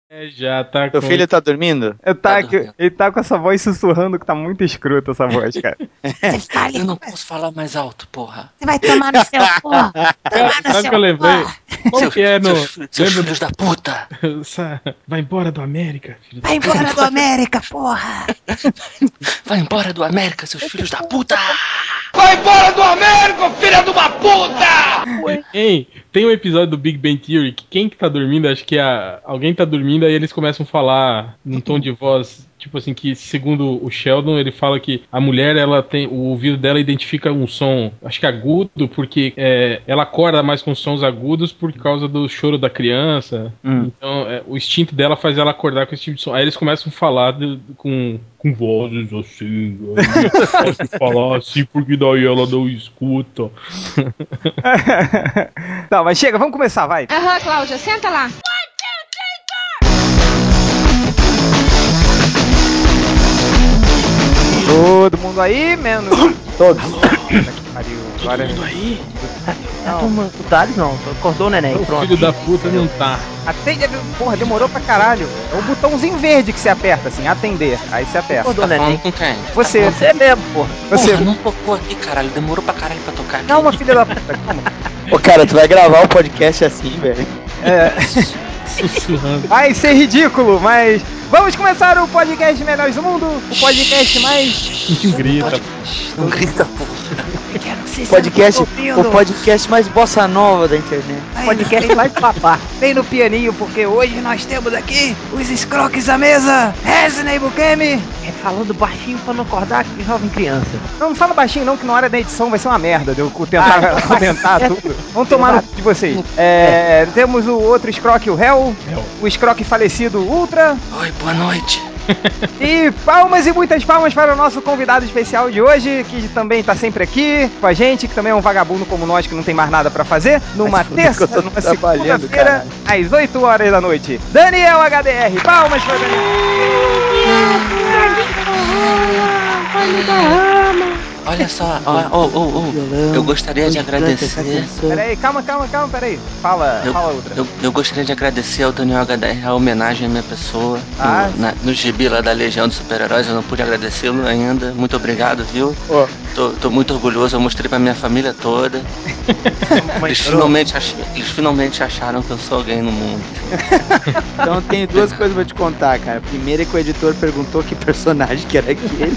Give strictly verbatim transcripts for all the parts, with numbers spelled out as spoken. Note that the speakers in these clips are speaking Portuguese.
É, já tá Teu com... filho tá dormindo? Eu tá, Tá dormindo. ele tá com essa voz sussurrando que tá muito escrota essa voz, cara. Você fala, eu não posso falar mais alto, porra. Você vai tomar no seu porra. Tomar no Sabe seu que eu lembrei? porra. Como Seu- que é no... seus fi- seus Lembra filhos da puta. do... Vai embora do América, filho da... Vai embora do América, porra. Vai embora do América, seus filhos da puta. Hein, tem um episódio do Big Bang Theory que quem que tá dormindo, acho que é a... alguém tá dormindo, aí eles começam a falar num tom de voz, tipo assim, que segundo o Sheldon, ele fala que a mulher, ela tem, o ouvido dela identifica um som, acho que agudo, porque é, ela acorda mais com sons agudos por causa do choro da criança. Hum. Então, é, o instinto dela faz ela acordar com esse tipo de som. Aí eles começam a falar de- com, com vozes assim, aí posso falar assim porque daí ela não escuta. Tá, mas chega, vamos começar, vai. Aham, Cláudia, senta lá. Todo mundo aí, menos... Todos. Puta que pariu. Agora... Todo mundo aí? Tá tomando o Thales não, acordou o neném, O pronto. filho da puta não tá. Atende, porra, demorou pra caralho. É o botãozinho verde que se aperta, assim, atender. Aí você aperta. Acordou o Tá neném. falando com quem? Você, Você mesmo, porra. você... Porra, não tocou aqui, caralho. Demorou pra caralho pra tocar aqui. Calma, filha da puta, calma. Ô, cara, tu vai gravar o podcast assim, velho? É... Sussurrando. Vai ser ridículo, mas... Vamos começar o podcast Melhores do Mundo, o podcast mais... Não grita. Não grita, porra. Podcast, o podcast mais bossa nova da internet. Podcast mais papá. Vem no pianinho, porque hoje nós temos aqui os escroques da mesa. Resney Bukemi. É falando baixinho pra não acordar que jovem criança. Não, não fala baixinho não, que na hora da edição vai ser uma merda de eu tentar comentar tudo. Vamos tomar no cu de vocês. É, temos o outro escroque, o Hell. Hell. O escroque falecido, Ultra. Oi, boa noite. E palmas e muitas palmas para o nosso convidado especial de hoje, que também tá sempre aqui com a gente, que também é um vagabundo como nós, que não tem mais nada pra fazer, numa Mas terça, que eu tô numa trabalhando, segunda-feira, às oito horas da noite. Daniel H D R, palmas para Daniel. Olha só, ó, ô, ô, ô, eu gostaria de agradecer. Peraí, calma, calma, calma, peraí. Fala, Eu, fala outra. eu, eu gostaria de agradecer ao Daniel H D R a homenagem à minha pessoa Ah. no, na, no gibi lá da Legião dos Super-Heróis. Eu não pude agradecê-lo ainda. Muito obrigado, viu? Ó. Tô, tô muito orgulhoso, eu mostrei pra minha família toda. Eles finalmente, ach, eles finalmente acharam que eu sou alguém no mundo. Então eu tenho duas coisas pra te contar, cara. Primeira é que o editor perguntou que personagem que era aquele.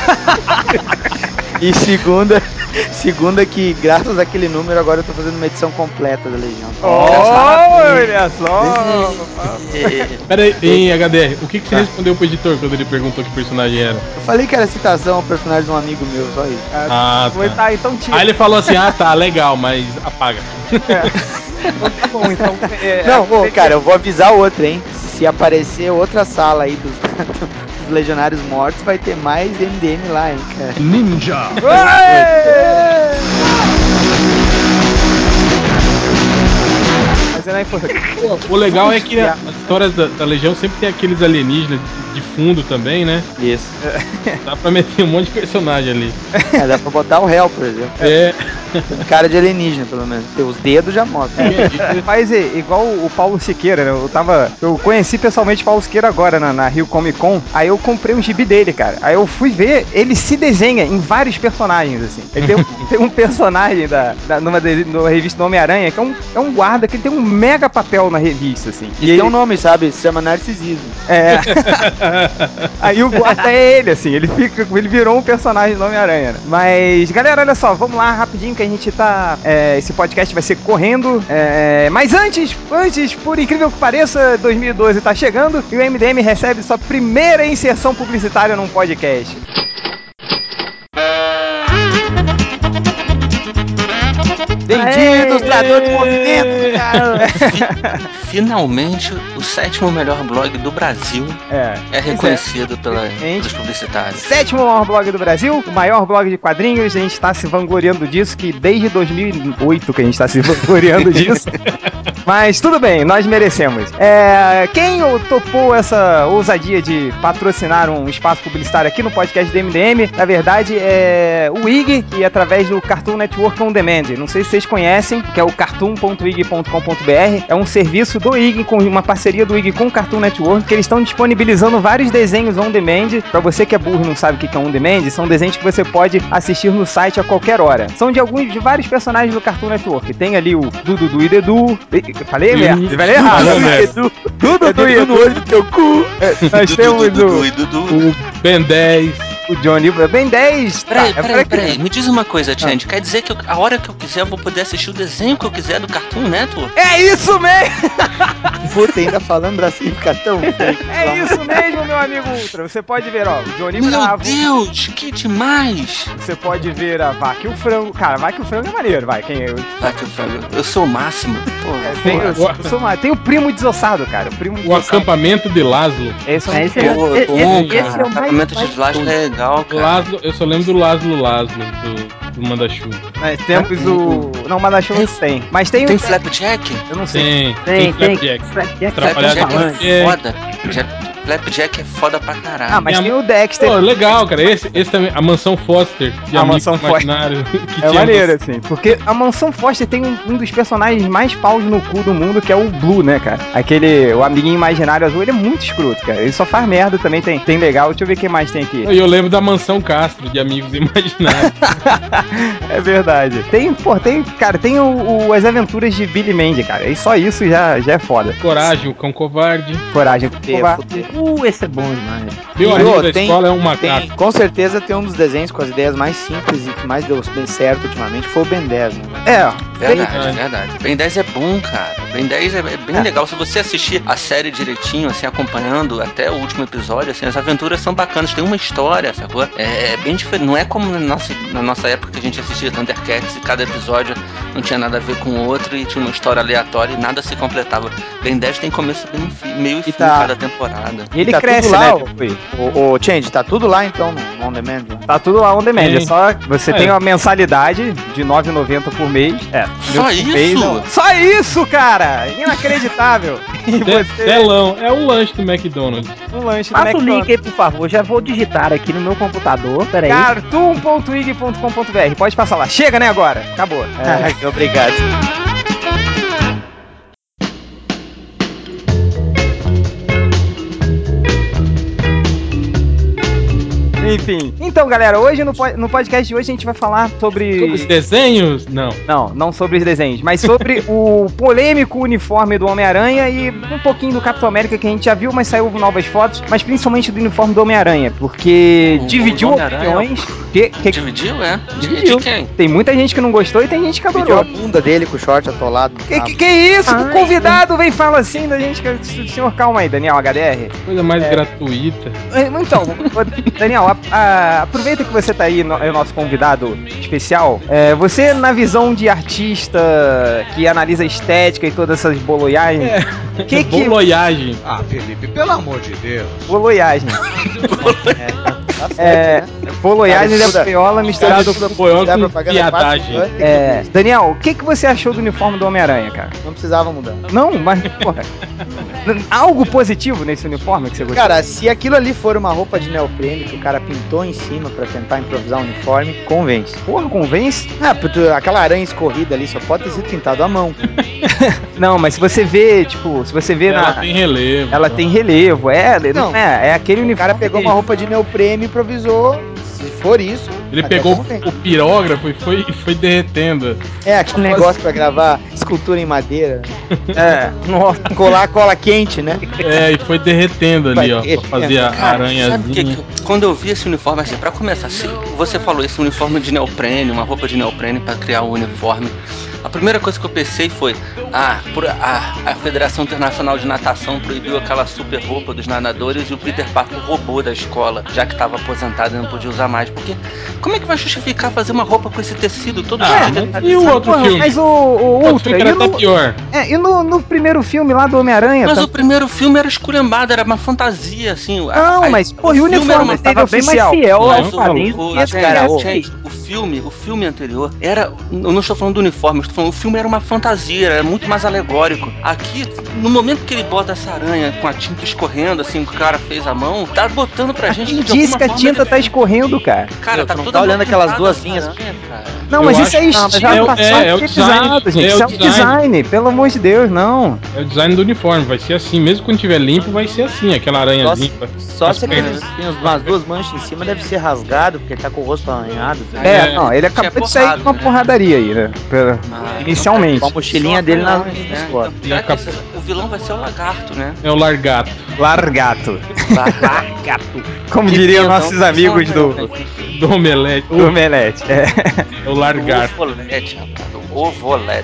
E segunda, segunda que graças àquele número agora eu tô fazendo uma edição completa da Legião. Olha só! Pera aí, hein, H D R, o que, que você respondeu pro editor quando ele perguntou que personagem era? Eu falei que era citação ao personagem de um amigo meu, só isso. Ah, Foi, tá. tá, então tira. Aí ele falou assim, ah tá, legal, mas apaga. Então tá bom, então. é, Não, ô, é, cara, eu vou avisar outra, hein? Se aparecer outra sala aí dos, dos Legionários Mortos, vai ter mais M D M lá, hein, cara. Ninja! Ué! Mas é importante. O legal é que as histórias da, da Legião sempre tem aqueles alienígenas de fundo também, né? Isso. Dá pra meter um monte de personagem ali. É, dá pra botar o réu, por exemplo. É. Cara de alienígena, pelo menos. Tem os dedos já mostram. Faz é, igual o Paulo Siqueira, né? Eu tava. Eu conheci pessoalmente o Paulo Siqueira agora na, na Rio Comic Con. Aí eu comprei um gibi dele, cara. Aí eu fui ver, ele se desenha em vários personagens, assim. Ele tem um, tem um personagem da, da, numa, de, numa revista do Homem-Aranha, que é um, é um guarda que ele tem um mega papel na revista, assim. E, e tem ele... um nome, sabe? Se chama Narcisismo. É. Aí o guarda é ele, assim. Ele fica. Ele virou um personagem do Homem-Aranha, né? Mas, galera, olha só, vamos lá rapidinho que a gente tá. É, esse podcast vai ser correndo. É, mas antes, antes, por incrível que pareça, dois mil e doze tá chegando e o M D M recebe sua primeira inserção publicitária num podcast. Entendi, ilustrador de movimento, cara. Finalmente, o sétimo melhor blog do Brasil É, é reconhecido é. Pela, Gente, pelos publicitários. Sétimo maior blog do Brasil, o maior blog de quadrinhos. A gente tá se vangloriando disso, que desde dois mil e oito que a gente tá se vangloriando disso. Mas tudo bem, nós merecemos. É, quem topou essa ousadia de patrocinar um espaço publicitário aqui no podcast do M D M, na verdade, é o I G, que é através do Cartoon Network On Demand. Não sei se vocês conhecem, que é o cartoon ponto i g ponto com ponto b r. É um serviço do I G, com uma parceria do I G com o Cartoon Network, que eles estão disponibilizando vários desenhos on demand. Pra você que é burro e não sabe o que é on demand, são desenhos que você pode assistir no site a qualquer hora. São de alguns, de vários personagens do Cartoon Network. Tem ali o Dudu e Dedu. Eu falei merda, falei errado. Dudu, Dudu e Dedu no olho do teu cu. Nós temos o, o Ben dez. O Johnny Ben dez. Peraí, tá, peraí, é peraí. Me diz uma coisa, Change. Ah. Quer dizer que eu, a hora que eu quiser eu vou poder assistir o desenho que eu quiser do Cartoon Network? É isso mesmo! Puta, ainda falando assim, fica tão... É isso mesmo, meu amigo Ultra. Você pode ver, ó, o Johnny Meu Bravo. Meu Deus, que demais! Você pode ver a Vaca e o Frango. Cara, a Vaca e o Frango é maneiro, vai. Quem é? Vaca e o Frango. Eu sou o máximo. Pô, é, tem, eu, eu sou o Tem o Primo Desossado, cara. O, primo o desossado. Acampamento de Laszlo. Esse é, esse é, Pô, esse, bom, esse, esse é o o Acampamento mais, de Laszlo é legal, cara. Laszlo, eu só lembro do Laszlo Laszlo, do, do Manda-Chuva. Nós temos o... Não, o Manda-Chuva tem. Mas tem, tem o... Flapjack? Eu não sei. Tem, tem, tem, tem Flapjack. Flapjack é foda. Flapjack é foda pra caralho. Ah, mas tem a... o Dexter. Pô, legal, cara. Esse, esse também, a Mansão Foster. De a Mansão Foster. Que é maneiro, assim. Porque a Mansão Foster tem um, um dos personagens mais paus no cu do mundo, que é o Blue, né, cara? Aquele, o amiguinho imaginário azul, ele é muito escroto, cara. Ele só faz merda também, tem, tem legal. Deixa eu ver o que mais tem aqui. Eu lembro da Mansão Castro, de Amigos Imaginários. É verdade. Tem, pô, tem, cara, tem o, o, as aventuras de Billy Mandy, cara. E só isso já, já é foda. Coragem, o Cão Covarde. Coragem, o Cão Covarde. Uh, esse é bom demais. Meu amigo da tem, escola é um macaco. Tem, com certeza tem um dos desenhos com as ideias mais simples e que mais deu certo ultimamente, foi o Ben dez, né? É, verdade, é verdade. Ben dez é bom, cara. Ben dez é, é bem é. legal. Se você assistir a série direitinho, assim, acompanhando até o último episódio, assim, as aventuras são bacanas. Tem uma história, sacou? É, é bem diferente. Não é como na nossa, na nossa época que a gente assistia Thundercats e cada episódio não tinha nada a ver com o outro e tinha uma história aleatória e nada se completava. Ben dez tem começo, bem, meio e fim tá, cada temporada. E ele tá cresce, lá, né? O, o Change, tá tudo lá então no On Demand? Lá. Tá tudo lá On Demand. Sim. É só você é. tem uma mensalidade de nove reais e noventa centavos por mês. É. Só isso? Mês, só isso, cara! Inacreditável! E você... Telão, é um lanche do McDonald's. Um lanche do Passa McDonald's. O link aí, por favor. Já vou digitar aqui no meu computador. Peraí. cartoon ponto i g ponto com ponto b r. Pode passar lá. Chega, né, agora? Acabou. É. Obrigado. Enfim. Então, galera, hoje no, no podcast de hoje a gente vai falar sobre... Sobre os desenhos? Não. Não, não sobre os desenhos, mas sobre o polêmico uniforme do Homem-Aranha e um pouquinho do Capitão América que a gente já viu, mas saiu novas fotos, mas principalmente do uniforme do Homem-Aranha, porque o, dividiu o opiniões... Que, que... Dividiu, é? Dividiu. De quem? Tem muita gente que não gostou e tem gente que adorou. Dividiu a bunda dele com o short atolado. Que, que, que isso? Ai, o convidado vem falar assim da gente. O senhor, calma aí, Daniel, H D R. Coisa mais é... gratuita. Então, Daniel, a, a, aproveita que você tá aí, no, é o nosso convidado especial. É, você, na visão de artista que analisa estética e todas essas boloiagens. É. Que que... Boloiagem. Ah, Felipe, pelo amor de Deus. Boloiagem. é. Tá certo, é, né? Boloiagem da Peola misturado com boiola com piadagem. É, Daniel, o que, que você achou do uniforme do Homem-Aranha, cara? Não precisava mudar. Não, mas, porra, algo positivo nesse uniforme que você gostou? Cara, se aquilo ali for uma roupa de neoprene que o cara pintou em cima pra tentar improvisar um uniforme, convence. Porra, convence? Ah, porque aquela aranha escorrida ali só pode ter sido pintado à mão. Não, mas se você vê, tipo, se você vê ela na... Ela tem relevo. Ela então. tem relevo, é, não, é, é aquele uniforme. O cara pegou uma roupa de neoprene e improvisou. Se for isso... Ele pegou o pirógrafo e foi, foi derretendo. É, aquele negócio pra gravar escultura em madeira. É, nossa. Colar cola quente, né? É, e foi derretendo ali, ó, pra fazer a cara, aranhazinha. Sabe que, que, quando eu vi esse uniforme, assim, pra começar, se você falou esse uniforme de neoprene, uma roupa de neoprene pra criar o uniforme, a primeira coisa que eu pensei foi, ah, a, a Federação Internacional de Natação proibiu aquela super roupa dos nadadores e o Peter Parker roubou da escola, já que estava aposentado e não podia usar mais, porque como é que vai justificar fazer uma roupa com esse tecido todo? Ah, é, e o outro porra, filme? Mas o, o Ultra, era no, até pior. É, e no, no primeiro filme lá do Homem-Aranha... Mas tá... o primeiro filme era esculhambado, era uma fantasia, assim. Não, a, mas, porra, o uniforme uma, teve oficial. Mais fiel não, aos quadrinhos. O, o, o, cara, o, o filme, o filme anterior, era... Eu não estou falando do uniforme, eu estou falando, o filme era uma fantasia, era muito mais alegórico. Aqui, no momento que ele bota essa aranha com a tinta escorrendo, assim, que o cara fez a mão, tá botando pra gente... Quem disse que a tinta tá escorrendo, cara? Cara, Meu, tá tu não toda tá olhando aquelas duas essa linhas? aranha, cara. Não, Eu mas acho- isso é Não, mas estilo, é o- tá é- é o pesado, design, gente. é Isso o é um design, pelo amor de Deus, não. É o design do uniforme, vai ser assim. Mesmo quando tiver limpo, vai ser assim, aquela Só aranhazinha. se, só As se pernas. aqueles, tem umas duas manchas em cima, deve ser rasgado, porque ele tá com o rosto arranhado. Tá? É, É, não, ele tinha acabou de sair porrada, com uma né? porradaria aí, né? Pela- Ah, Inicialmente. Com a mochilinha Só dele na anões, né? nas costas. Então, será que esse- o vilão vai ser o lagarto, né? É o largato. Largato. Largato. Como Que diriam então, nossos amigos do, Do omelete. do Omelete. É. É o O largato. ovolete, rapaz. O ovolete.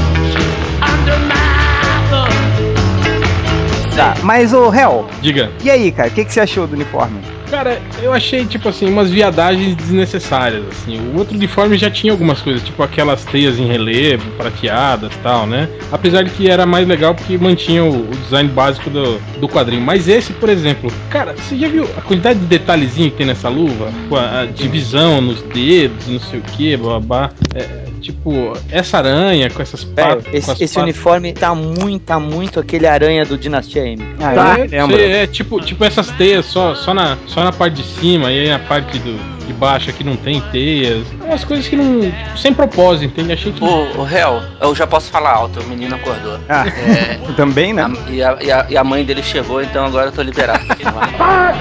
Tá, mas o Hel, Diga. e aí, cara, o que, que você achou do uniforme? Cara, eu achei, tipo assim, umas viadagens desnecessárias, assim. O outro uniforme já tinha algumas coisas, tipo aquelas teias em relevo, prateadas e tal, né? Apesar de que era mais legal porque mantinha o, o design básico do, do quadrinho. Mas esse, por exemplo, cara, você já viu a quantidade de detalhezinho que tem nessa luva? Com a, a divisão nos dedos, não sei o que, babá. É, tipo, essa aranha com essas patas. Velho, esse, com as esse patas- uniforme tá muito, tá muito aquele aranha do Dinastia M. Ah, Tá, eu lembro. sei, é tipo, tipo essas teias só, só, na, só na parte de cima, e aí na parte do, de baixo aqui não tem teias. Umas coisas que não. Tipo, sem propósito, entende? Achei que. O, o réu, eu já posso falar alto, o menino acordou. Ah, É, também, né? a- e, a, e, a, e a mãe dele chegou, então agora eu tô liberado pra falar.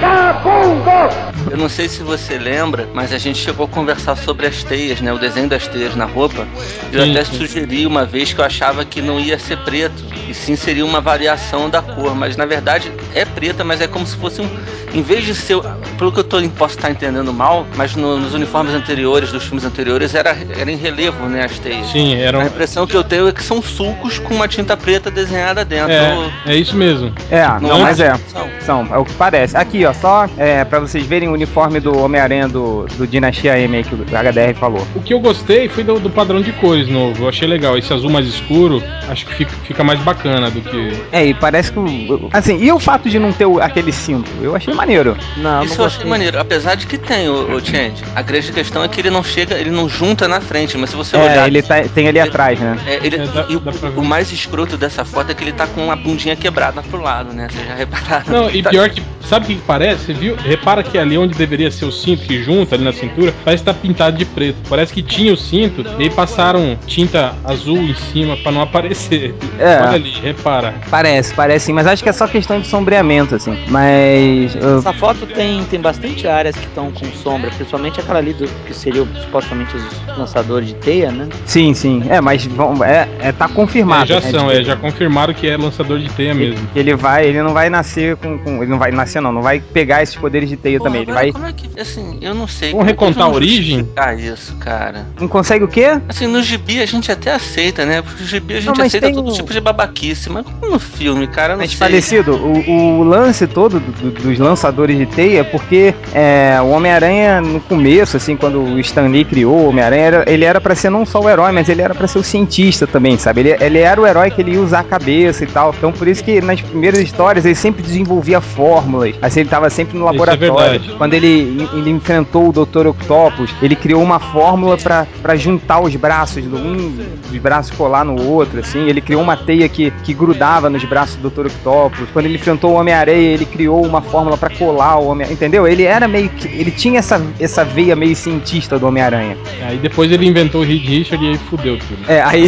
Eu não sei se você lembra, mas a gente chegou a conversar sobre as teias, né? O desenho das teias na roupa. Eu Sim, até sim. sugeri uma vez que eu achava que não ia ser preto, e sim seria uma variação da cor, mas na verdade é preta, mas é como se fosse um. Em vez de ser. Pelo que eu tô, posso estar entendendo mal, mas no- nos uniformes anteriores, dos filmes anteriores, era, era em relevo, né? As teias. Sim, era A um. impressão que eu tenho é que são sulcos com uma tinta preta desenhada dentro. É, é isso mesmo. É, Não não, é mas é. São. São, é o que parece. Aqui, ó, só é, pra vocês verem o uniforme do Homem-Aranha do, do Dinastia M aí que o H D R falou. O que eu gostei foi do, do padrão de cores novo. Eu achei legal. Esse azul mais escuro, acho que fica, fica mais bacana do que. É, e parece que o. Assim, e o fato de não ter o- aquele cinto? Eu achei maneiro. Não, Isso não eu achei gostei. maneiro, apesar de que tem o, o Change. A grande questão é que ele não chega, ele não junta na frente, mas se você É, olhar. ele tá, tem ali atrás, né? É, ele, É, dá- e o, dá pra ver. o mais escroto dessa foto é que ele tá com a bundinha quebrada pro lado, né? Vocês já repararam? Não, e Tá- pior que. Sabe o que que parece? Você viu? Repara que ali onde deveria ser o cinto, que junta ali na cintura, parece que tá pintado de preto. Parece que tinha o cinto, e aí passaram tinta azul em cima pra não aparecer. É. Olha ali, repara. Parece, parece sim, mas acho que é só questão de sombreamento, assim. Mas. uh, Essa foto tem, tem bastante áreas que estão com sombra, principalmente aquela ali do, que seria supostamente os lançadores de teia, né? sim, sim. É, mas vão, é, é, tá É, confirmado. já né, são, de- é, já confirmaram que é lançador de teia Ele, mesmo. ele vai, ele não vai nascer com, com- ele não vai nascer não, não vai pegar esses poderes de teia Porra, também. Ele agora vai, como é que. Assim, eu não sei. Vamos como é que eles recontar vão a origem? justificar isso, cara. não consegue o quê? Assim, no gibi a gente até aceita, né? Porque no gibi a gente Não, mas aceita tem todo um- tipo de babaquice, mas como no filme, cara, eu não Mas sei. falecido, o, o lance todo do- do- dos lançadores de teia é porque é, o Homem-Aranha no começo, assim, quando o Stan Lee criou o Homem-Aranha, era- ele era pra ser não só o herói, mas ele era pra ser o cientista também, sabe? Ele, ele era o herói que ele ia usar a cabeça e tal. Então por isso que nas primeiras histórias ele sempre desenvolvia fórmulas. Assim, ele tava sempre no Isso é laboratório. verdade. Quando ele, ele enfrentou o doutor Octopus, ele criou uma fórmula pra, pra juntar os braços, do um dos braços colar no outro, assim. Ele criou uma teia que, que grudava nos braços do doutor Octopus. Quando ele enfrentou o Homem-Areia, ele criou uma fórmula pra colar o Homem, entendeu? Ele era meio que, ele tinha essa, essa veia meio cientista do Homem-Aranha. Aí depois ele inventou o Reed Richard e aí fudeu tudo. É, aí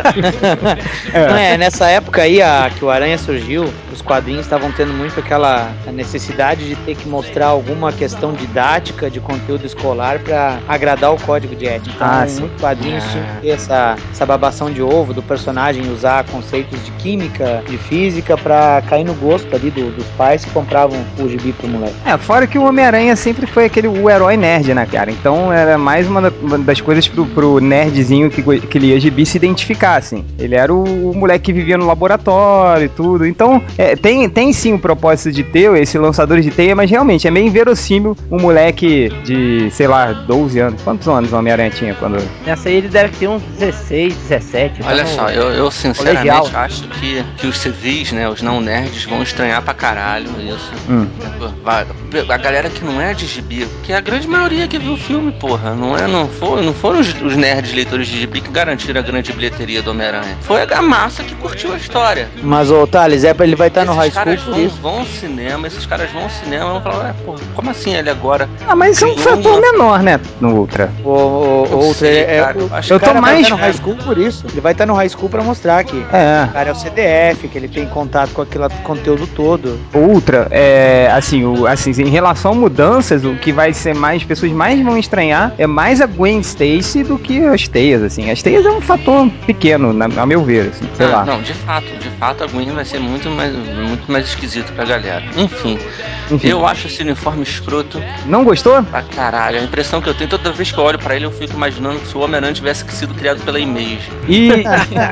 Não é, nessa época aí a, que o Aranha surgiu, os quadrinhos estavam tendo muito aquela a necessidade de ter que mostrar alguma questão didática de conteúdo escolar pra agradar o código de ética. Então, Ah, sim. muitos quadrinhos tinham que ter essa, essa babação de ovo do personagem usar conceitos de química, de física pra cair no gosto ali do- dos pais que compravam o gibi pro moleque. É, fora que o Homem-Aranha sempre foi aquele o herói nerd, né, cara? Então era mais uma, da- uma das coisas pro, pro nerdzinho que, go- que lia gibi se identificar, assim. Ele era o, o moleque que vivia no laboratório e tudo. Então, é, É, tem, tem sim o propósito de ter esse lançador de teia, mas realmente é meio inverossímil um moleque de, sei lá, doze anos. Quantos anos o Homem-Aranha tinha quando... Nessa aí ele deve ter uns dezesseis, dezessete. Olha tá só, no... eu, eu sinceramente colegial. acho que, que os civis, né, os não nerds, vão estranhar pra caralho isso. Hum. Vai- A galera que não é de gibi, que é a grande maioria que viu o filme, porra, não, é, não, foi, não foram os, os nerds leitores de gibi que garantiram a grande bilheteria do Homem-Aranha. Foi a massa que curtiu a história. Mas, ô, Thales, é, ele vai estar no high Esses school caras por vão, isso. vão ao cinema, esses caras vão ao cinema e vão falar, ué, pô, como assim ele agora? Ah, mas isso é um criou fator uma- menor, né, no Ultra. O, o, Não outro, sei, é, cara, é, eu o, acho eu o tô cara vai mais- estar no high school por isso. Ele vai estar no high school pra mostrar que É. o cara é o C D F, que ele tem contato com aquele conteúdo todo. O Ultra, é, assim, o, assim, em relação a mudanças, o que vai ser mais, as pessoas mais vão estranhar é mais a Gwen Stacy do que as teias, assim. As teias é um fator pequeno, na, a meu ver, assim, sei Ah, lá. não, de fato, de fato a Gwen vai ser muito mais, muito mais esquisito pra galera. Enfim, Enfim. eu acho esse uniforme escroto Não gostou? pra caralho. A impressão que eu tenho toda vez que eu olho pra ele, eu fico imaginando que se o Homem-Aranha tivesse sido criado pela Image. E...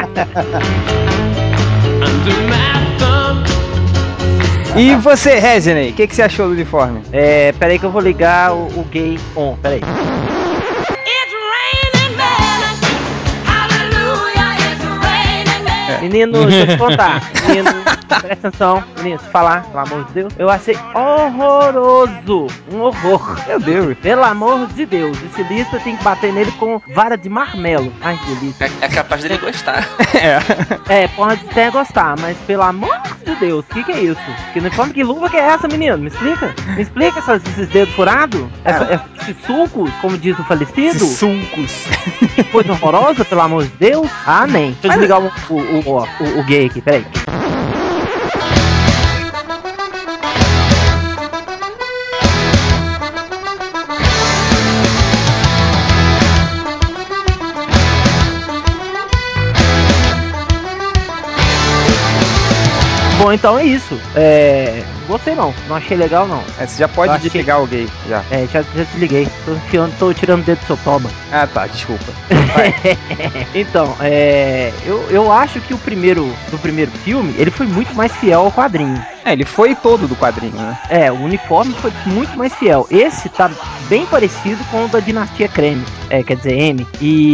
E você, Resident, o que, que você achou do uniforme? É, peraí que eu vou ligar o, o gay on, peraí. Menino, deixa eu te contar. Menino, presta atenção. Menino, se falar, pelo amor de Deus. Eu achei horroroso. Um horror. Meu Deus. Pelo amor de Deus. Esse lista tem que bater nele com vara de marmelo. Ai, que delícia. É, é capaz dele gostar. É. É, pode até gostar, mas pelo amor de Deus, o que, que é isso? Que uniforme, que luva que é essa, menino? Me explica. Me explica essas, esses dedos furados? Essa, essa- esses sulcos, como diz o falecido? Esses sulcos. Que coisa horrorosa, pelo amor de Deus. Ah, nem. Deixa eu desligar o, o, o, o, o, o gay aqui, peraí. Bom, então é isso. É. Gostei não, não achei legal não. É, você já pode Eu achei- desligar o gay, já. É, já, já desliguei. Tô tirando, tô tirando o dedo do seu toba. Ah, tá, desculpa. Então, é. Eu, eu acho que o primeiro do primeiro filme, ele foi muito mais fiel ao quadrinho. É, ele foi todo do quadrinho, né? É, o uniforme foi muito mais fiel. Esse tá bem parecido com o da Dinastia Creme. É, quer dizer, M.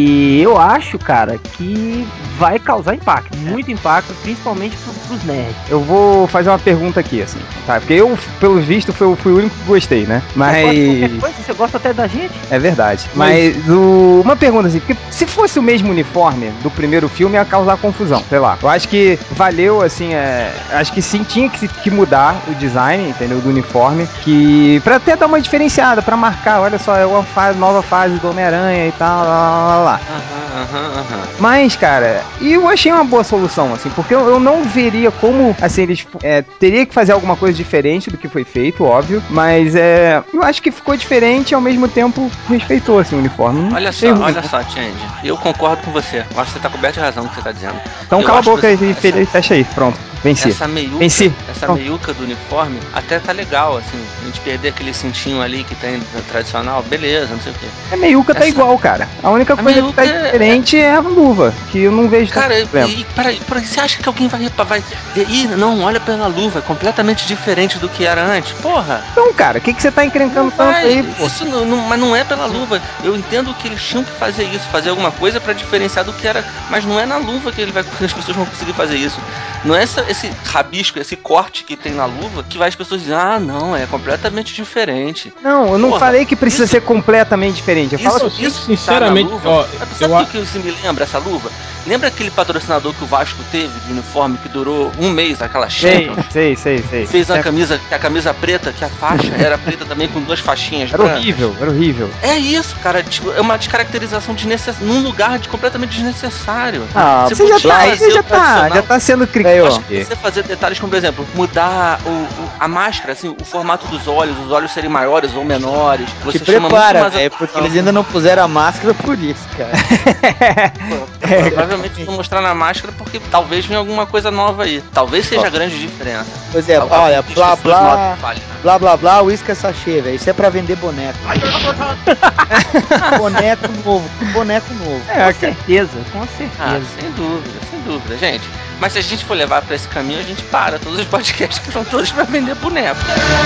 E eu acho, cara, que vai causar impacto. Muito impacto, principalmente pro, pros nerds. Eu vou fazer uma pergunta aqui, assim, tá? Porque eu, pelo visto, fui, fui o único que gostei, né? Você gosta de qualquer Mas... coisa, você gosta até da gente? É verdade. Mas o... uma pergunta assim, porque se fosse o mesmo uniforme do primeiro filme, ia causar confusão, sei lá. Eu acho que valeu, assim, é... acho que sim, tinha que, que mudar o design, entendeu, do uniforme, que pra até dar uma diferenciada, pra marcar, olha só, é uma fase, nova fase do Homem-Aranha e tal, lá, lá, lá. Aham, aham, aham. Mas, cara, e eu achei uma boa solução, assim, porque eu, eu não veria como, assim, eles é, teria que fazer alguma coisa diferente do que foi feito, óbvio, mas é, eu acho que ficou diferente e ao mesmo tempo respeitou, assim, o uniforme. Não Olha achei só, ruim. olha só, Change. Eu concordo com você. Eu acho que você tá coberto de razão no que você tá dizendo. Então Eu cala a acho boca que e você- fe- fecha aí, pronto, venci. Essa meiuca, Venci. essa Pronto. meiuca do uniforme até tá legal, assim. A gente perder aquele cintinho ali que tem tradicional, beleza, não sei o quê. A meiuca tá Essa- igual, cara. A única A coisa que tá meiuca é- diferente é a luva, que eu não vejo Cara, tanto problema. e, peraí, peraí, você acha que alguém vai repa- vai ver? Ih, não, olha pela luva, é completamente diferente do que era antes. Porra! Então, cara, o que, que você tá encrencando Não tanto vai, aí, pô? isso não, não- mas não é pela luva. Eu entendo que eles tinham que fazer isso, fazer alguma coisa pra diferenciar do que era, mas não é na luva que ele vai, as pessoas vão conseguir fazer isso. Não é essa, esse rabisco, esse corte que tem na luva que vai as pessoas dizer, ah, não, é completamente diferente. Não, eu não Porra, falei que precisa isso- ser completamente diferente. Eu falo Isso, eu, isso sinceramente, que tá na luva, ó, sabe eu o a- que isso me lembra, essa luva? Lembra aquele patrocinador que o Vasco teve de uniforme que durou um mês, aquela Sei, Champions? sei, sei, sei. Fez uma É, camisa, que a camisa preta, que a faixa era preta também com duas faixinhas Era brancas. horrível, era horrível. É isso, cara. Tipo, é uma descaracterização desnecess... num lugar de completamente desnecessário. Ah, você, já podia tá, fazer você já o tá, tradicional. já tá sendo Eu crítico. acho que você fazer detalhes como, por exemplo, mudar o, o- a máscara, assim, o formato dos olhos, os olhos serem maiores ou menores. Você Te chama prepara, muito mais velho, porque eles ainda não puseram a máscara por isso, cara. Pô, provavelmente vão mostrar na máscara porque talvez venha alguma coisa nova aí. Talvez seja a grande diferença. Pois é, Talvez olha, as blá pessoas blá, notem que fale, né? blá blá blá, uísque é sachê, velho. Isso é pra vender boneco. boneco novo, boneco novo. É, Com certeza, com certeza. Ah, sem dúvida, sem dúvida, gente. Mas se a gente for levar pra esse caminho, a gente para todos os podcasts que são todos pra vender boneco.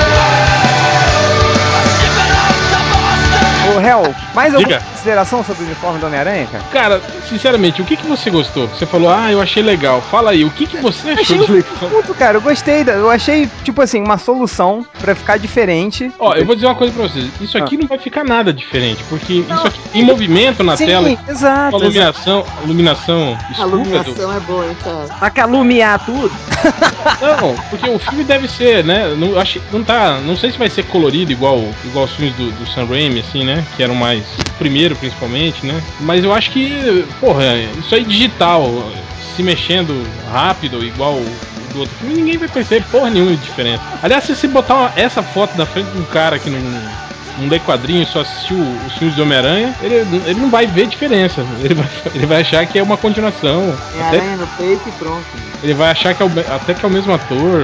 Ô, Hel, mais alguma Diga. consideração sobre o uniforme do Homem-Aranha, cara? Cara, sinceramente, o que, que você gostou? Você falou, ah, eu achei legal. Fala aí, o que, que você achou Achei do um uniforme? ponto, cara. Eu gostei. Da, eu achei, tipo assim, uma solução pra ficar diferente. Ó, eu vou dizer uma coisa pra vocês. Isso aqui não vai ficar nada diferente, porque Não. isso aqui em movimento na Sim, tela, exato. com a exato. iluminação, iluminação A escura do... iluminação é boa, hein, cara. Pra que alumiar tudo? Não, porque o filme deve ser, né? Não, acho, não tá. Não sei se vai ser colorido igual, igual os filmes do, do Sam Raimi, assim, né? Que eram mais. O primeiro, principalmente, né? Mas eu acho que, porra, isso aí digital, se mexendo rápido, igual o do outro filme, ninguém vai perceber porra nenhuma de diferença. Aliás, se você botar uma, essa foto na frente de um cara que não. não lê quadrinho, só assistiu os filmes do Homem-Aranha, ele, ele não vai ver diferença. Ele vai, ele vai achar que é uma continuação. Tem Até, aranha no peito e pronto. ele vai achar que é o, até que é o mesmo ator.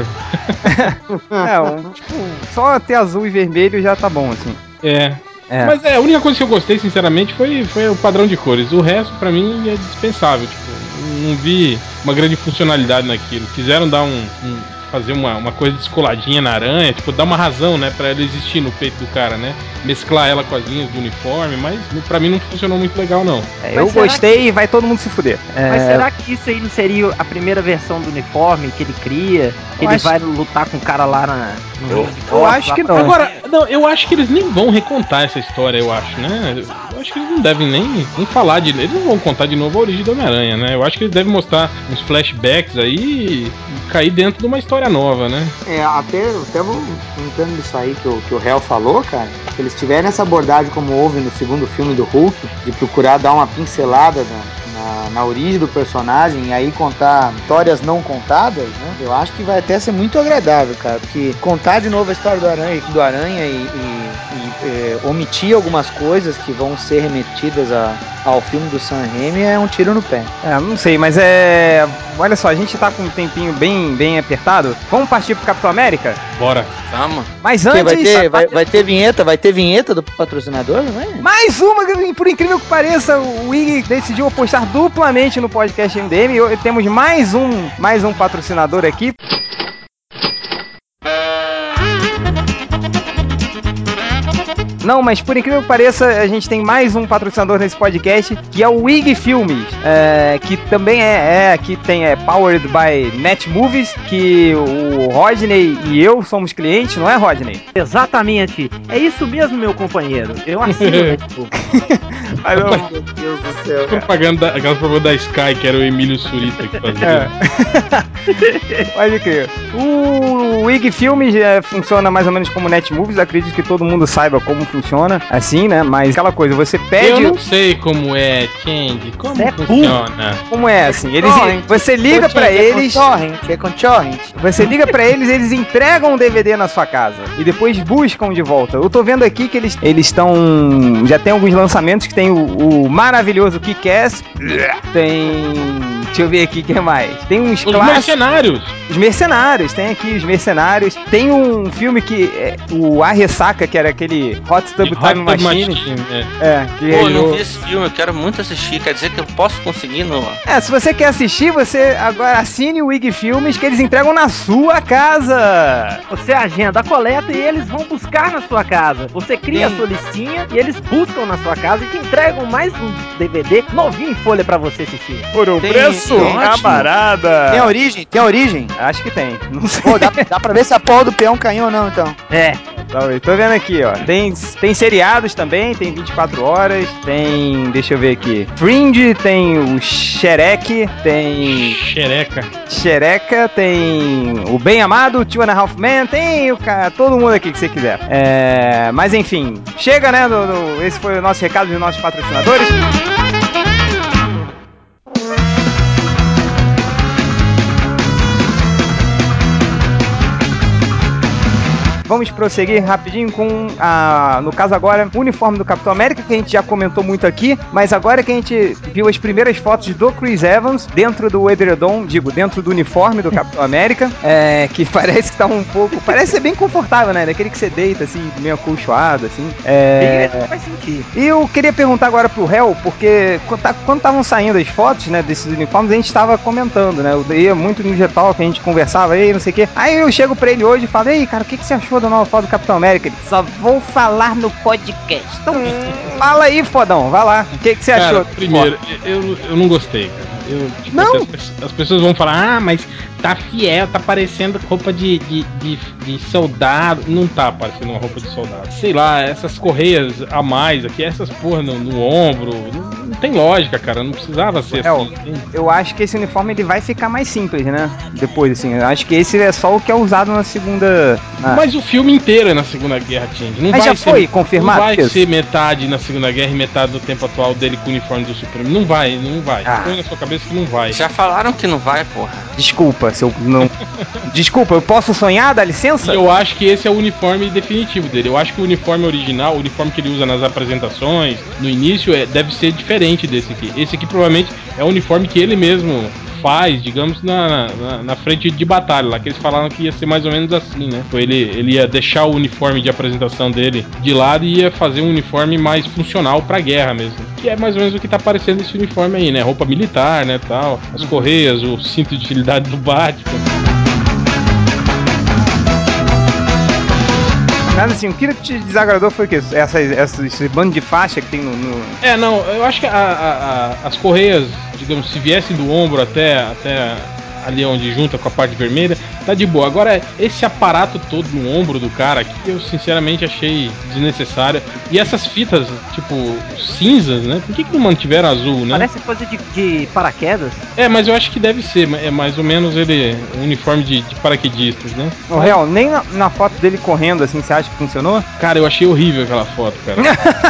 É, um, tipo, só ter azul e vermelho já tá bom, assim. É. É. Mas é, a única coisa que eu gostei, sinceramente, foi, foi o padrão de cores. O resto, pra mim, é dispensável. Tipo, não vi uma grande funcionalidade naquilo. Quiseram dar um... um fazer uma, uma coisa descoladinha na aranha, tipo, dar uma razão, né, pra ela existir no peito do cara, né? Mesclar ela com as linhas do uniforme, mas pra mim não funcionou muito legal, não. É, Mas eu será gostei e vai todo mundo se fuder. É, Mas será que isso aí não seria a primeira versão do uniforme que ele cria? Que Eu ele acho- vai lutar com o cara lá na, no Eu- ringue de eu boxe, acho lá que pra- não. Agora, não, eu acho que eles nem vão recontar essa história, eu acho, né? Eu acho que eles não devem nem, nem falar de... Eles não vão contar de novo a origem do Homem-Aranha, né? Eu acho que eles devem mostrar uns flashbacks aí e cair dentro de uma história nova, né? É, até, até vou comentando nisso aí que o, que o Hell falou, cara, se eles tiverem essa abordagem como houve no segundo filme do Hulk, de procurar dar uma pincelada na, na, na origem do personagem e aí contar histórias não contadas, né, eu acho que vai até ser muito agradável, cara, porque contar de novo a história do Aranha, do Aranha e, e, e é, omitir algumas coisas que vão ser remetidas a, ao filme do Sam Raimi é um tiro no pé. É, não sei, mas é... Olha só, a gente tá com um tempinho bem, bem apertado. Vamos partir pro Capitão América? Bora. Vamos. Mas Porque antes... vai ter, vai, vai ter vinheta, vai ter vinheta do patrocinador, não é? Mais uma, por incrível que pareça, o Ig decidiu apostar duplamente no podcast M D M. E temos mais um, mais um patrocinador aqui. Não, mas por incrível que pareça, a gente tem mais um patrocinador nesse podcast, que é o Wig Filmes, é, que também é, é, que tem, é Powered by Net Movies, que o Rodney e eu somos clientes, não é, Rodney? Exatamente. É isso mesmo, meu companheiro. Eu assino, né, tipo, Mas eu- Meu Deus do céu, cara. Propaganda, aquela propaganda da Sky, que era o Emílio Surita que fazia. É. Pode crer. O Wig Filmes é, funciona mais ou menos como Netmovies. Acredito que todo mundo saiba como funciona, assim, né? Mas aquela coisa, você pede. Eu não sei como é, Change, como Você é funciona. Como é assim? Eles, Torrent. você liga pra eles. É com torrent, é com torrent. Você liga pra eles, eles entregam o D V D na sua casa e depois buscam de volta. Eu tô vendo aqui que eles eles estão já tem alguns lançamentos que tem o, o maravilhoso Kick-Ass, tem deixa eu ver aqui o que mais. Tem uns Os clássicos. mercenários. Os Mercenários, tem aqui os Mercenários. Tem um filme que é, o A Ressaca, que era aquele Hot Tub Hot Time Tub Machine. Machine, é. É, que Pô, eu não eu- vi esse filme, eu quero muito assistir. Quer dizer que eu posso conseguir no. É, se você quer assistir, você agora assine o Wig Filmes, que eles entregam na sua casa. você agenda a coleta e eles vão buscar na sua casa. Você cria Sim. a sua listinha e eles buscam na sua casa e te entregam mais um D V D novinho em folha pra você assistir. Por um Tem- preço tem- ótimo. camarada. Tem origem? Tem origem? Acho que tem, não sei. Pô, dá, dá pra ver se a porra do peão caiu ou não, então. É. Talvez. Tô vendo aqui, ó. Tem, tem seriados também, tem vinte e quatro horas, tem, deixa eu ver aqui, Fringe, tem o Shrek, tem Xereca. Xereca, tem o Bem Amado, Two and a Half Men, tem o cara, todo mundo aqui que você quiser. É, mas enfim, chega, né? do- do- esse foi o nosso recado dos nossos patrocinadores. vamos prosseguir rapidinho com, a, no caso agora, o uniforme do Capitão América, que a gente já comentou muito aqui, mas agora que a gente viu as primeiras fotos do Chris Evans dentro do edredom, digo, dentro do uniforme do Capitão América, é, que parece que tá um pouco, parece ser bem confortável, né? Daquele que você deita, assim, meio acolchoado, assim. É... Não faz sentido. E eu queria perguntar agora pro Hel, porque quando estavam saindo as fotos, né, desses uniformes, a gente tava comentando, né? Eu ia muito no Getal, que a gente conversava aí, não sei o quê. Aí eu chego pra ele hoje e falo, ei, cara, o que, que você achou da nova foto do Capitão América? Ele, só vou falar no podcast. Então, fala aí, fodão, vai lá. O que, que você cara, achou? Primeiro, eu, eu não gostei, cara. Eu, tipo, não? As, as pessoas vão falar, ah, mas tá fiel, tá parecendo roupa de, de, de, de soldado. Não tá parecendo uma roupa de soldado. Sei lá, essas correias a mais aqui, essas porra no, no ombro, não, não tem lógica, cara. Não precisava ser é, assim. Eu acho que esse uniforme ele vai ficar mais simples, né? Depois, assim. Eu acho que esse é só o que é usado na segunda. Na... Mas o filme inteiro é na Segunda Guerra, Tindy. Não Mas vai já ser, foi confirmado? Não vai isso? ser metade na Segunda Guerra e metade do tempo atual dele com o uniforme do Supremo. Não vai, não vai. Ah. Põe na sua cabeça que não vai. Já falaram que não vai, porra. Desculpa, se eu não. Desculpa, eu posso sonhar, dá licença? E eu acho que esse é o uniforme definitivo dele. Eu acho que o uniforme original, o uniforme que ele usa nas apresentações, no início, é, deve ser diferente desse aqui. Esse aqui provavelmente é o uniforme que ele mesmo faz, digamos, na, na, na frente de batalha, lá que eles falaram que ia ser mais ou menos assim, né? Então ele, ele ia deixar o uniforme de apresentação dele de lado e ia fazer um uniforme mais funcional pra guerra mesmo. Que é mais ou menos o que tá parecendo esse uniforme aí, né? Roupa militar, né, tal, as correias, o cinto de utilidade do Batman. Mas assim, o que te desagradou foi o quê? Essa, essa, esse bando de faixa que tem no... no... É, não, eu acho que a, a, a, as correias, digamos, se viessem do ombro até, até ali onde junta com a parte vermelha, tá de boa. Agora, esse aparato todo no ombro do cara aqui, eu sinceramente achei desnecessário. E essas fitas, tipo, cinzas, né? Por que que não mantiveram azul, né? Parece coisa de, de paraquedas. É, mas eu acho que deve ser, é mais ou menos ele, um uniforme de, de paraquedistas, né? No real, nem na, na foto dele correndo, assim, você acha que funcionou? Cara, eu achei horrível aquela foto, cara.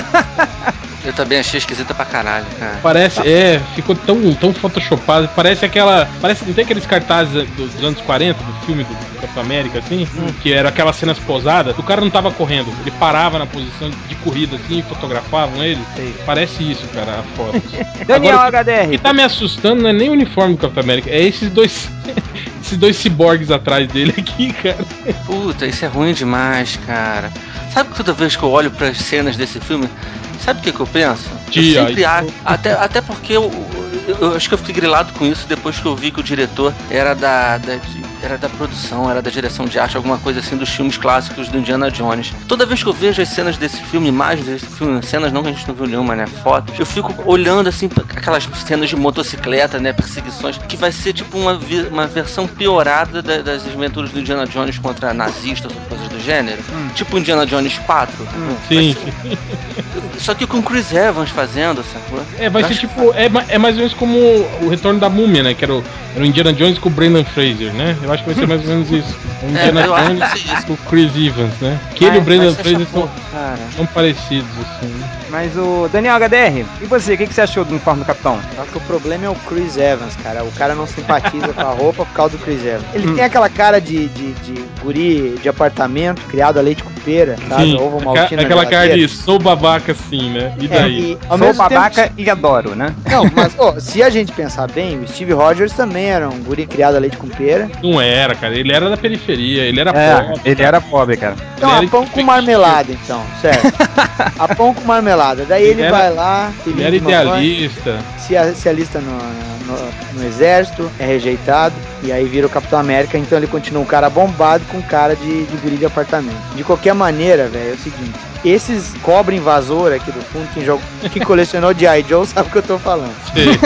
Eu também achei esquisita pra caralho, cara. Parece, é, ficou tão, tão photoshopado. Parece aquela. Parece, não tem aqueles cartazes dos anos quarenta, do filme do, do Capitão América, assim? Hum. Que era aquelas cenas posadas. O cara não tava correndo, ele parava na posição de corrida, assim, e fotografavam ele. Sei. Parece isso, cara, a foto. Daniel Agora, H D R. O que tá me assustando não é nem o uniforme do Capitão América, é esses dois. Esses dois ciborgues atrás dele aqui, cara. Puta, isso é ruim demais, cara. Sabe que toda vez que eu olho pras cenas desse filme, sabe o que, que eu penso? Tia, eu sempre acho, até, até porque eu, eu, eu acho que eu fiquei grilado com isso depois que eu vi que o diretor era da, da, era da produção, era da direção de arte, alguma coisa assim dos filmes clássicos do Indiana Jones. Toda vez que eu vejo as cenas desse filme, imagens desse filme, cenas não que a gente não viu nenhuma, né, fotos, eu fico olhando assim aquelas cenas de motocicleta, né, perseguições, que vai ser tipo uma, uma versão piorada da, das aventuras do Indiana Jones contra nazistas ou coisas do gênero. Hum. Tipo Indiana Jones quatro. Hum, sim, ser... sim. Só que com Chris Evans fazendo, sacou? É, vai ser tipo, é, é mais ou menos como o Retorno da Múmia, né? Que era o, era o Indiana Jones com o Brendan Fraser, né? Eu acho que vai ser mais ou menos isso. O Indiana é, Jones com o Chris Evans, né? Que ele e o Brendan Fraser são, são parecidos, assim. Mas o Daniel H D R, e você, o que, que você achou do uniforme do Capitão? Acho que o problema é o Chris Evans, cara. O cara não simpatiza com a roupa por causa do Chris Evans. Ele hum. tem aquela cara de, de, de guri de apartamento, criado a leite com pera, sabe? Sim, Ovo maltino. Aquela cara de sou babaca assim, né? E daí? É, e, ao sou mesmo babaca tempo... e adoro, né? Não, mas oh, se a gente pensar bem, o Steve Rogers também era um guri criado a leite com pera. Não era, cara. Ele era da periferia, ele era é, pobre. Ele cara. era pobre, cara. Não, a pão com marmelada, então, certo. A pão com marmelada. Daí ele, ele era, vai lá... Ele era idealista. Mãe, se, se alista no, no, no exército, é rejeitado, e aí vira o Capitão América, então ele continua um cara bombado com cara de, de guri de apartamento. De qualquer maneira, velho, é o seguinte... Esses cobra invasor aqui do fundo, quem, joga, quem colecionou G I. Joe sabe o que eu tô falando. Sim.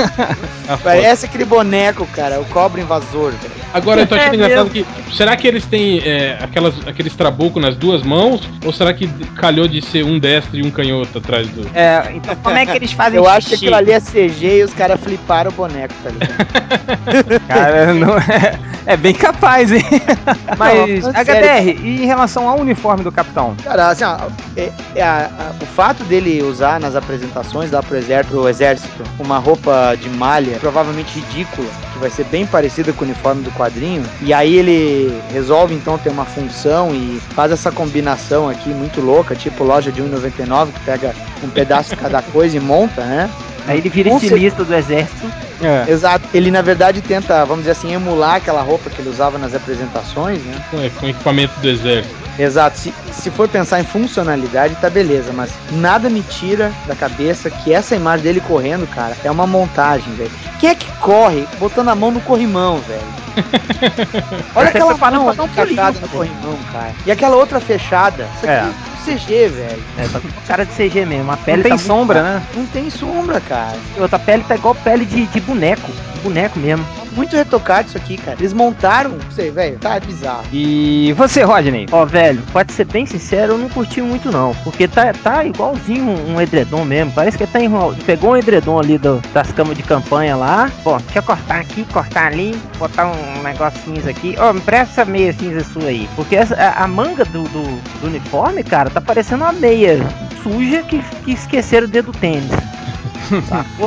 Parece aquele boneco, cara, o cobra invasor, velho. Agora eu tô achando é engraçado que. Será que eles têm é, aquelas, aqueles trabucos nas duas mãos? Ou será que calhou de ser um destro e um canhoto atrás do. É, então como é que eles fazem Eu acho que aquilo ali é C G e os caras fliparam o boneco, tá ligado? Cara, não é. É bem capaz, hein? Mas, Não, H D R, e em relação ao uniforme do capitão? Cara, assim, ó, é, é a- a- o fato dele usar nas apresentações lá pro exército, pro exército uma roupa de malha, provavelmente ridícula, que vai ser bem parecida com o uniforme do quadrinho, e aí ele resolve então ter uma função e faz essa combinação aqui muito louca, tipo loja de um e noventa e nove, que pega um pedaço de cada coisa e monta, né? Aí ele vira Com estilista do exército. É. Exato. Ele, na verdade, tenta, vamos dizer assim, emular aquela roupa que ele usava nas apresentações, né? Com, com equipamento do exército. Exato. Se, se for pensar em funcionalidade, tá beleza, mas nada me tira da cabeça que essa imagem dele correndo, cara, é uma montagem, velho. Quem é que corre botando a mão no corrimão, velho? Olha aquela preparando mão pra dar um encaixada pulinho, no pô. corrimão, cara. E aquela outra fechada. Isso aqui É. é um C G, velho. É, tá com cara de C G mesmo. A pele Não tem tá muito- sombra, né? Não tem sombra, cara. E outra pele tá igual pele de, de boneco. De boneco mesmo. Muito retocado isso aqui, cara. Eles montaram, não sei, velho, tá, é bizarro. E você, Rodney? Ó, velho, pode ser bem sincero, eu não curti muito não. Porque tá, tá igualzinho um, um edredom mesmo. Parece que tá enrolado. Pegou um edredom ali do- das camas de campanha lá. Bom, deixa eu cortar aqui, cortar ali, botar um negocinho aqui. Ó, me presta essa meia cinza sua aí. Porque essa, a, a manga do, do, do uniforme, cara, tá parecendo uma meia suja que, que esqueceram o dedo do tênis. Sacou?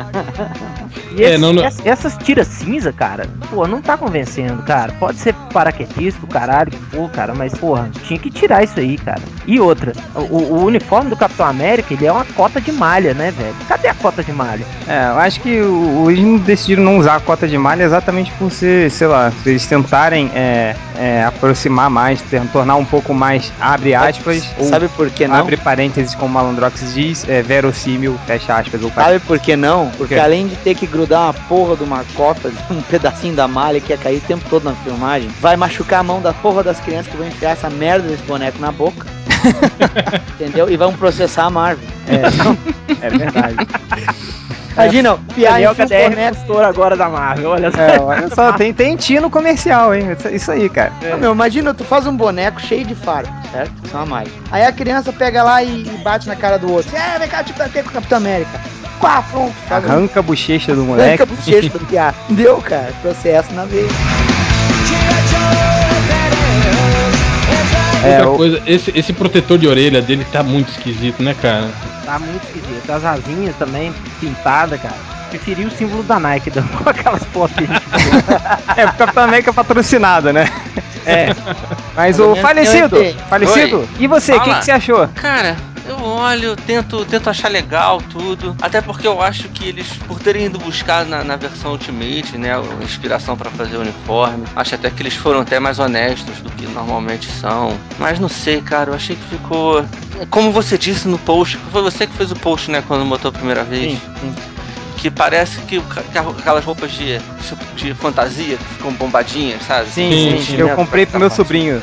E É, esse- não, não- essa- essas tiras cinza, cara, pô, não tá convencendo, cara. Pode ser paraquedista, o caralho, pô, cara, mas, porra, tinha que tirar isso aí, cara. E outra, o, o uniforme do Capitão América, ele é uma cota de malha, né, velho? Cadê a cota de malha? É, eu acho que o, o- eles não decidiram não usar a cota de malha exatamente por ser, sei lá, se eles tentarem é, é, aproximar mais, ter- tornar um pouco mais, abre aspas, ou Sabe por que não? abre parênteses, como o Malandrox diz, é, verossímil, fecha aspas, ou Sabe por que não? Porque quê? além de ter que grudar uma porra de uma cota, um pedacinho da malha que ia cair o tempo todo na filmagem, vai machucar a mão da porra das crianças que vão enfiar essa merda desse boneco na boca. Entendeu? E vão processar a Marvel. É, é verdade. Imagina, piar Daniel enfia o K D R boneco. consultor agora da Marvel, olha só. É, olha só, tem, tem tino comercial, hein? Isso, isso aí, cara. Não, meu, imagina, tu faz um boneco cheio de farpa, certo? Isso é uma malha. Aí a criança pega lá e, e bate na cara do outro. É, vem cá, te bater com o Capitão América. Quá, pronto. Faz um- Arranca a bochecha do moleque. Arranca a bochecha do piá. Deu, cara. Processo na veia. É, Outra o- coisa, esse, esse protetor de orelha dele tá muito esquisito, né, cara? Tá muito esquisito. As asinhas também pintadas, cara. Preferi o símbolo da Nike dando com aquelas fotos que a gente viu. É, porque o Capitão América é patrocinado, né? É. Mas Pelo o menos falecido, tem um falecido, Oi. e você, o que, Fala. que você achou? Cara, eu olho, tento, tento achar legal tudo. Até porque eu acho que eles, por terem ido buscar na, na versão Ultimate, né, a inspiração pra fazer o uniforme, acho até que eles foram até mais honestos do que normalmente são. Mas não sei, cara, eu achei que ficou. Como você disse no post, foi você que fez o post, né, quando botou a primeira vez? sim. Que parece que, o ca- que aquelas roupas de, de fantasia que ficam bombadinhas, sabe? Sim, Sim, sim, sim. eu comprei pro meu sobrinho.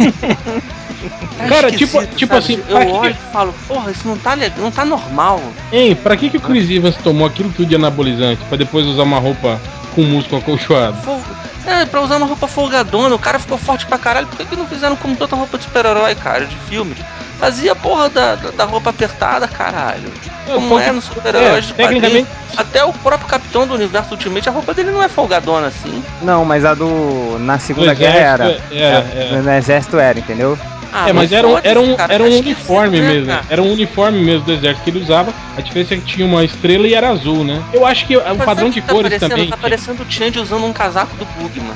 Tá Cara, esquisito, tipo- tipo sabe? assim, eu pra que- olho e falo, porra, isso não tá legal, não tá normal. Hein, pra que, que o Chris Evans tomou aquilo tudo de anabolizante? Pra depois usar uma roupa com músculo acolchoado? Fol- É, pra usar uma roupa folgadona, o cara ficou forte pra caralho. Por que, que não fizeram como toda roupa de super-herói, cara, de filme? Fazia a porra da, da, da roupa apertada, caralho. Como ponto- é nos super-heróis é, de quadrinhos. tecnicamente- Até o próprio Capitão do Universo Ultimate, a roupa dele não é folgadona assim. Não, mas a do. Na Segunda Do Guerra era. exército, era, É, era. No exército era, entendeu? Ah, É, mas era um, foda-se, era um, cara, era tá um esquisito, uniforme né, mesmo. cara? Era um uniforme mesmo do exército que ele usava. A diferença é que tinha uma estrela e era azul, né? Eu acho que o Mas padrão sabe de o que tá cores parecendo? também. Tá parecendo o Change usando um casaco do Bugman,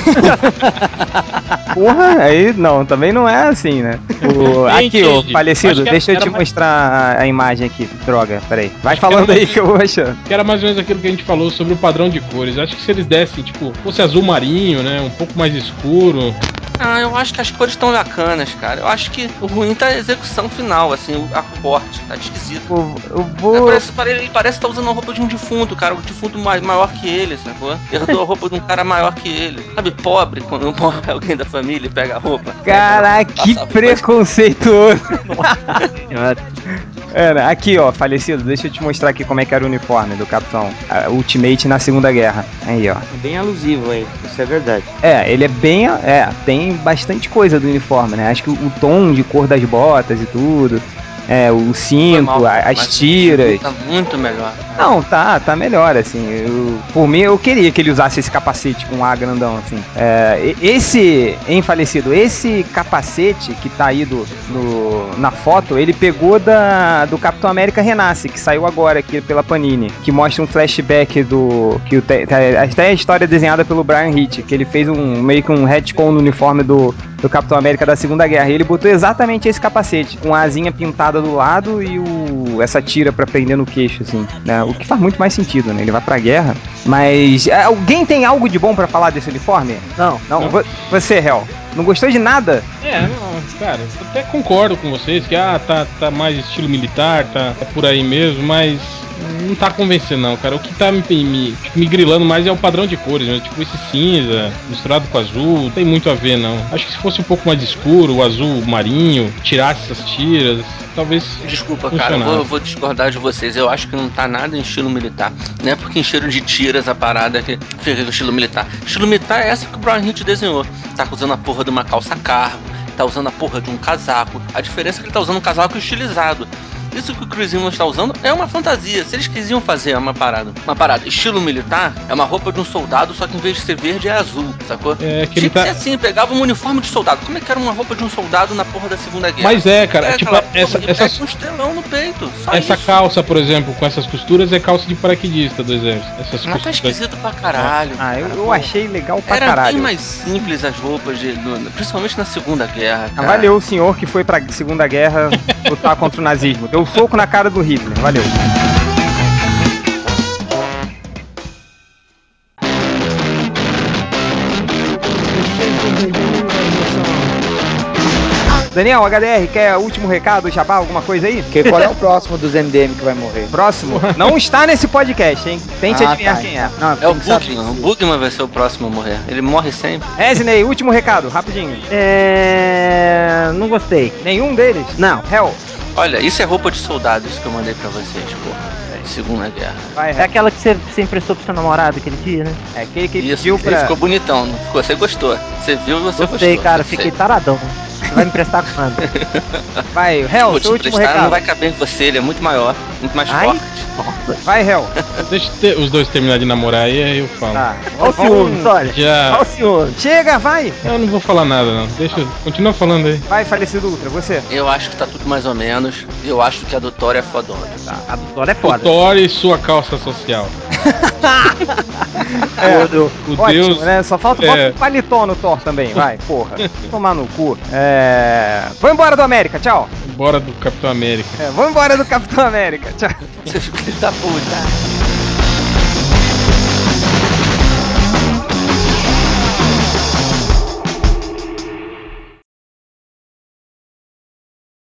sabe? Porra, aí não, também não é assim, né? O, Bem, aqui, ô Change. falecido, Acho que era- deixa eu era te mais- mostrar a, a imagem aqui. Droga, peraí. Vai Acho que falando era aí mais- que eu vou achando. Que era mais ou menos aquilo que a gente falou sobre o padrão de cores. Acho que se eles dessem, tipo, fosse azul marinho, né? Um pouco mais escuro. Ah, eu acho que as cores estão bacanas, cara. Eu acho que o ruim tá a execução final, assim, o- a corte, tá esquisito. Eu, eu É, vou. parece, pare- ele parece que tá usando a roupa de um defunto, cara. Um defunto mai- maior que ele, sacou? Herdou a roupa de um cara maior que ele. Sabe, pobre, quando morre alguém da família e pega a roupa. Caraca, que Passa a roupa. preconceituoso. Era, aqui, ó, falecido, deixa eu te mostrar aqui como é que era o uniforme do Capitão a Ultimate na Segunda Guerra. Aí, ó. É bem alusivo aí, isso é verdade. É, ele é bem. É, tem bastante coisa do uniforme, né? Acho que o, o tom de cor das botas e tudo. é, o cinto, Foi mal, a- as mas tiras. Tá muito melhor. Não, tá, tá melhor, assim. Eu, por mim, eu queria que ele usasse esse capacete com A grandão, assim. É, e- esse, em falecido, esse capacete que tá aí do, no, na foto, ele pegou da, do Capitão América Renasce, que saiu agora aqui pela Panini, que mostra um flashback do... que o te- te- até a história desenhada pelo Brian Hitch, que ele fez um meio que um retcon no uniforme do, do Capitão América da Segunda Guerra. E ele botou exatamente esse capacete, com a asinha pintada do lado e o, essa tira pra prender no queixo, assim, né? O que faz muito mais sentido, né? Ele vai pra guerra. Mas é, alguém tem algo de bom pra falar desse uniforme? Não. Não? Não. Vo- Você, Hel, não gostou de nada? É, não, cara, eu até concordo com vocês que ah, tá, tá mais estilo militar, tá, é por aí mesmo, mas não tá convencendo não, cara. O que tá me, me, me grilando mais é o padrão de cores, né? Tipo esse cinza misturado com azul, não tem muito a ver não. Acho que se fosse um pouco mais escuro, o azul marinho, tirasse essas tiras, talvez Desculpa, cara, eu vou, eu vou discordar de vocês. Eu acho que não tá nada em estilo militar. Não é porque encheram de tiras a parada que fica com estilo militar. Estilo militar é essa que o Brian Hitch desenhou. Tá usando a porra de uma calça cargo, tá usando a porra de um casaco. A diferença é que ele tá usando um casaco estilizado. Isso que o Chris Evans está usando é uma fantasia. Se eles quisiam fazer uma parada, uma parada estilo militar, é uma roupa de um soldado, só que em vez de ser verde é azul, sacou? É, que Tinha ele que tá- ser assim, pegava um uniforme de soldado. Como é que era uma roupa de um soldado na porra da Segunda Guerra? Mas é, cara, Pega tipo, aquela porra essa- e essas- pega um estelão no peito. Só essa isso. calça, por exemplo, com essas costuras é calça de paraquedista do exército. Essas Mas tá costuras. esquisito pra caralho. Ah, eu, cara. eu Pô, achei legal pra Era caralho. bem mais simples as roupas, de, no- principalmente na Segunda Guerra. Ah, Cara. valeu o senhor que foi pra Segunda Guerra lutar contra o nazismo. Deu um soco na cara do Hitler. Valeu. Daniel, H D R, quer último recado, jabá, alguma coisa aí? Que, qual é o próximo dos M D M que vai morrer? Próximo. Não está nesse podcast, hein? Tente Ah, adivinhar tá, quem é. Não, É o tem que saber Bugman. O se- Bugman vai ser o próximo a morrer. Ele morre sempre. Esney, último recado, rapidinho. É. Não gostei. Nenhum deles? Não. Hell, Olha, isso é roupa de soldado, isso que eu mandei pra vocês, porra. É, Segunda Guerra. vai, É Hell. aquela que você, você emprestou pro seu namorado aquele dia, né? É aquele que Isso, pediu ele pra... ficou bonitão, não ficou? Você gostou. Você viu e você Gostei, gostou. cara. Você- Fiquei taradão. Você vai me emprestar quando? Vai, Hell, Vou te seu último emprestar, recado. não vai caber em você, ele é muito maior, muito mais Ai. forte. Nossa. Vai, Hell. Deixa ter- os dois terminar de namorar e aí eu falo. Tá. Olha o ciúmes, olha. Já. Olha o ciúmes. Chega, vai. Eu não vou falar nada, não. Deixa. Continua falando aí. Vai, falecido Ultra, você. Eu acho que tá tudo mais ou menos. Eu acho que a doutora é fodona. Tá? A doutora é O foda. Thor e sua calça social. É, Tudo. O ótimo, Deus. né? Só falta, É. falta um paletó no Thor também, vai, porra. Tomar no cu. É... Vou embora do América, tchau. Bora do Capitão América. É, vou embora do Capitão América, tchau. Você filho da puta.